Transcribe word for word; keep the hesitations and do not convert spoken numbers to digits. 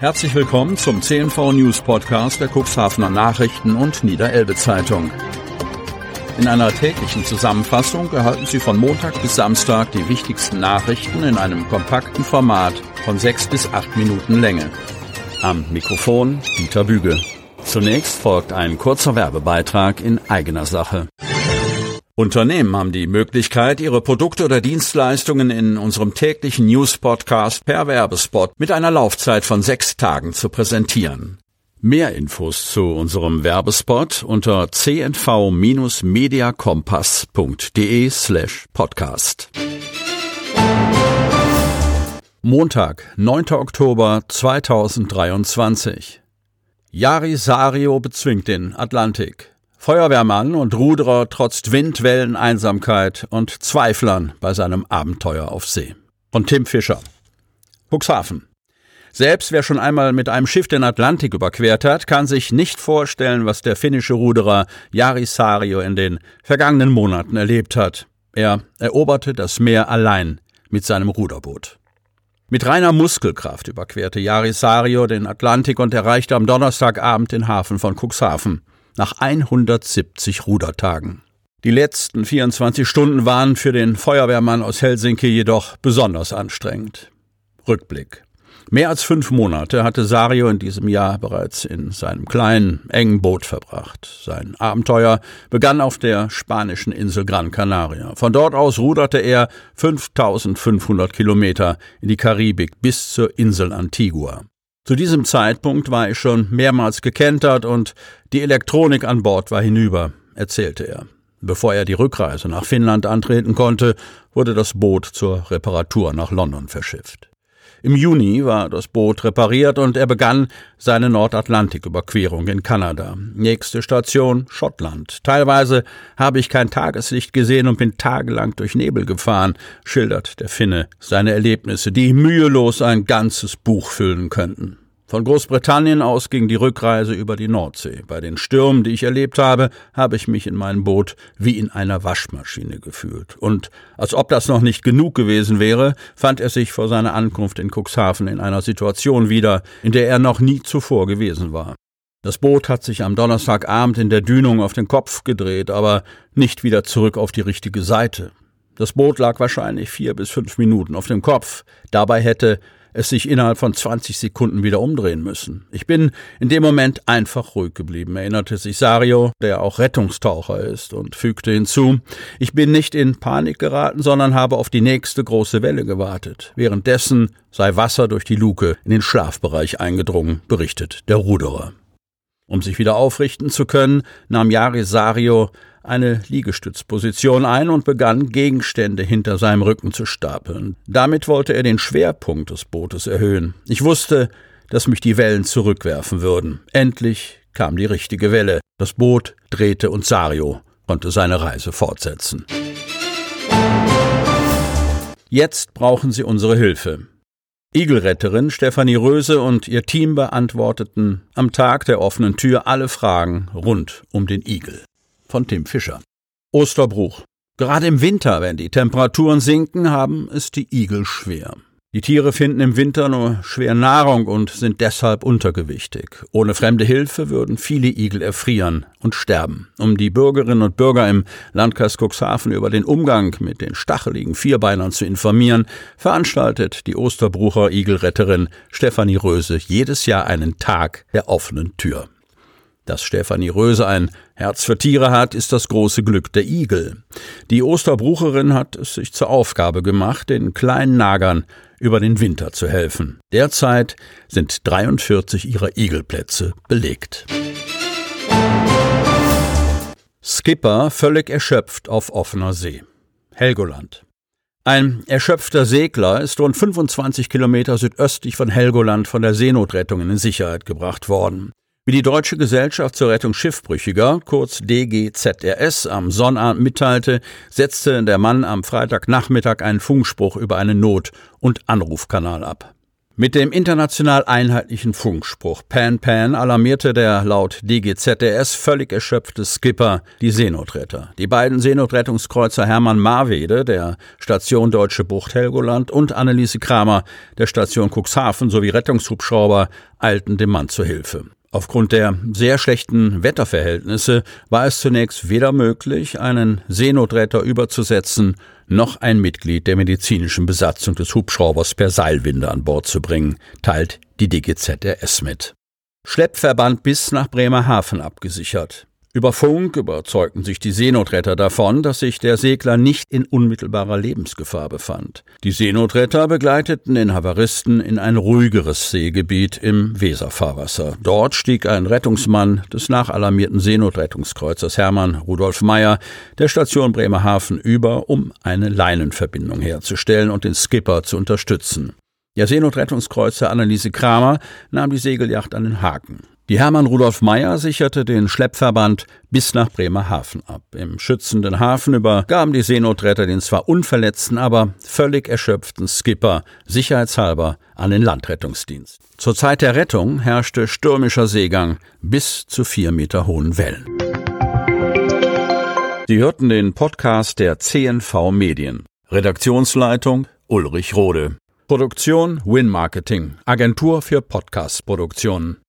Herzlich willkommen zum C N V News Podcast der Cuxhavener Nachrichten und Niederelbe Zeitung. In einer täglichen Zusammenfassung erhalten Sie von Montag bis Samstag die wichtigsten Nachrichten in einem kompakten Format von sechs bis acht Minuten Länge. Am Mikrofon Dieter Büge. Zunächst folgt ein kurzer Werbebeitrag in eigener Sache. Unternehmen haben die Möglichkeit, ihre Produkte oder Dienstleistungen in unserem täglichen News-Podcast per Werbespot mit einer Laufzeit von sechs Tagen zu präsentieren. Mehr Infos zu unserem Werbespot unter c n v Bindestrich mediakompass punkt de slash podcast. Montag, neunter Oktober zweitausenddreiundzwanzig. Yari Sario bezwingt den Atlantik. Feuerwehrmann und Ruderer trotzt Wind, Wellen, Einsamkeit und Zweiflern bei seinem Abenteuer auf See. Von Tim Fischer. Cuxhaven. Selbst wer schon einmal mit einem Schiff den Atlantik überquert hat, kann sich nicht vorstellen, was der finnische Ruderer Yari Sario in den vergangenen Monaten erlebt hat. Er eroberte das Meer allein mit seinem Ruderboot. Mit reiner Muskelkraft überquerte Yari Sario den Atlantik und erreichte am Donnerstagabend den Hafen von Cuxhaven. Nach hundertsiebzig Rudertagen. Die letzten vierundzwanzig Stunden waren für den Feuerwehrmann aus Helsinki jedoch besonders anstrengend. Rückblick. Mehr als fünf Monate hatte Sario in diesem Jahr bereits in seinem kleinen, engen Boot verbracht. Sein Abenteuer begann auf der spanischen Insel Gran Canaria. Von dort aus ruderte er fünftausendfünfhundert Kilometer in die Karibik bis zur Insel Antigua. Zu diesem Zeitpunkt war ich schon mehrmals gekentert und die Elektronik an Bord war hinüber, erzählte er. Bevor er die Rückreise nach Finnland antreten konnte, wurde das Boot zur Reparatur nach London verschifft. Im Juni war das Boot repariert und er begann seine Nordatlantiküberquerung in Kanada. Nächste Station Schottland. Teilweise habe ich kein Tageslicht gesehen und bin tagelang durch Nebel gefahren, schildert der Finne seine Erlebnisse, die mühelos ein ganzes Buch füllen könnten. Von Großbritannien aus ging die Rückreise über die Nordsee. Bei den Stürmen, die ich erlebt habe, habe ich mich in meinem Boot wie in einer Waschmaschine gefühlt. Und als ob das noch nicht genug gewesen wäre, fand er sich vor seiner Ankunft in Cuxhaven in einer Situation wieder, in der er noch nie zuvor gewesen war. Das Boot hat sich am Donnerstagabend in der Dünung auf den Kopf gedreht, aber nicht wieder zurück auf die richtige Seite. Das Boot lag wahrscheinlich vier bis fünf Minuten auf dem Kopf. Dabei hätte es sich innerhalb von zwanzig Sekunden wieder umdrehen müssen. Ich bin in dem Moment einfach ruhig geblieben, erinnerte sich Sario, der auch Rettungstaucher ist, und fügte hinzu: Ich bin nicht in Panik geraten, sondern habe auf die nächste große Welle gewartet. Währenddessen sei Wasser durch die Luke in den Schlafbereich eingedrungen, berichtet der Ruderer. Um sich wieder aufrichten zu können, nahm Yari Sario eine Liegestützposition ein und begann, Gegenstände hinter seinem Rücken zu stapeln. Damit wollte er den Schwerpunkt des Bootes erhöhen. Ich wusste, dass mich die Wellen zurückwerfen würden. Endlich kam die richtige Welle. Das Boot drehte und Sario konnte seine Reise fortsetzen. Jetzt brauchen sie unsere Hilfe. Igelretterin Stefanie Röse und ihr Team beantworteten am Tag der offenen Tür alle Fragen rund um den Igel. Von Tim Fischer. Osterbruch. Gerade im Winter, wenn die Temperaturen sinken, haben es die Igel schwer. Die Tiere finden im Winter nur schwer Nahrung und sind deshalb untergewichtig. Ohne fremde Hilfe würden viele Igel erfrieren und sterben. Um die Bürgerinnen und Bürger im Landkreis Cuxhaven über den Umgang mit den stacheligen Vierbeinern zu informieren, veranstaltet die Osterbrucher Igelretterin Stefanie Röse jedes Jahr einen Tag der offenen Tür. Dass Stefanie Röse ein Herz für Tiere hat, ist das große Glück der Igel. Die Osterbrucherin hat es sich zur Aufgabe gemacht, den kleinen Nagern über den Winter zu helfen. Derzeit sind dreiundvierzig ihrer Igelplätze belegt. Skipper völlig erschöpft auf offener See. Helgoland. Ein erschöpfter Segler ist rund fünfundzwanzig Kilometer südöstlich von Helgoland von der Seenotrettung in Sicherheit gebracht worden. Wie die Deutsche Gesellschaft zur Rettung Schiffbrüchiger, kurz D G Z R S, am Sonnabend mitteilte, setzte der Mann am Freitagnachmittag einen Funkspruch über einen Not- und Anrufkanal ab. Mit dem international einheitlichen Funkspruch Pan Pan alarmierte der laut D G Z R S völlig erschöpfte Skipper die Seenotretter. Die beiden Seenotrettungskreuzer Hermann Marwede der Station Deutsche Bucht Helgoland und Anneliese Kramer der Station Cuxhaven sowie Rettungshubschrauber eilten dem Mann zur Hilfe. Aufgrund der sehr schlechten Wetterverhältnisse war es zunächst weder möglich, einen Seenotretter überzusetzen, noch ein Mitglied der medizinischen Besatzung des Hubschraubers per Seilwinde an Bord zu bringen, teilt die D G Z R S mit. Schleppverband bis nach Bremerhaven abgesichert. Über Funk überzeugten sich die Seenotretter davon, dass sich der Segler nicht in unmittelbarer Lebensgefahr befand. Die Seenotretter begleiteten den Havaristen in ein ruhigeres Seegebiet im Weserfahrwasser. Dort stieg ein Rettungsmann des nachalarmierten Seenotrettungskreuzers Hermann Rudolf Meyer der Station Bremerhaven über, um eine Leinenverbindung herzustellen und den Skipper zu unterstützen. Der Seenotrettungskreuzer Anneliese Kramer nahm die Segelyacht an den Haken. Die Hermann Rudolf Meyer sicherte den Schleppverband bis nach Bremerhaven ab. Im schützenden Hafen übergaben die Seenotretter den zwar unverletzten, aber völlig erschöpften Skipper sicherheitshalber an den Landrettungsdienst. Zur Zeit der Rettung herrschte stürmischer Seegang bis zu vier Meter hohen Wellen. Sie hörten den Podcast der C N V Medien. Redaktionsleitung Ulrich Rode. Produktion Win Marketing, Agentur für Podcast-Produktionen.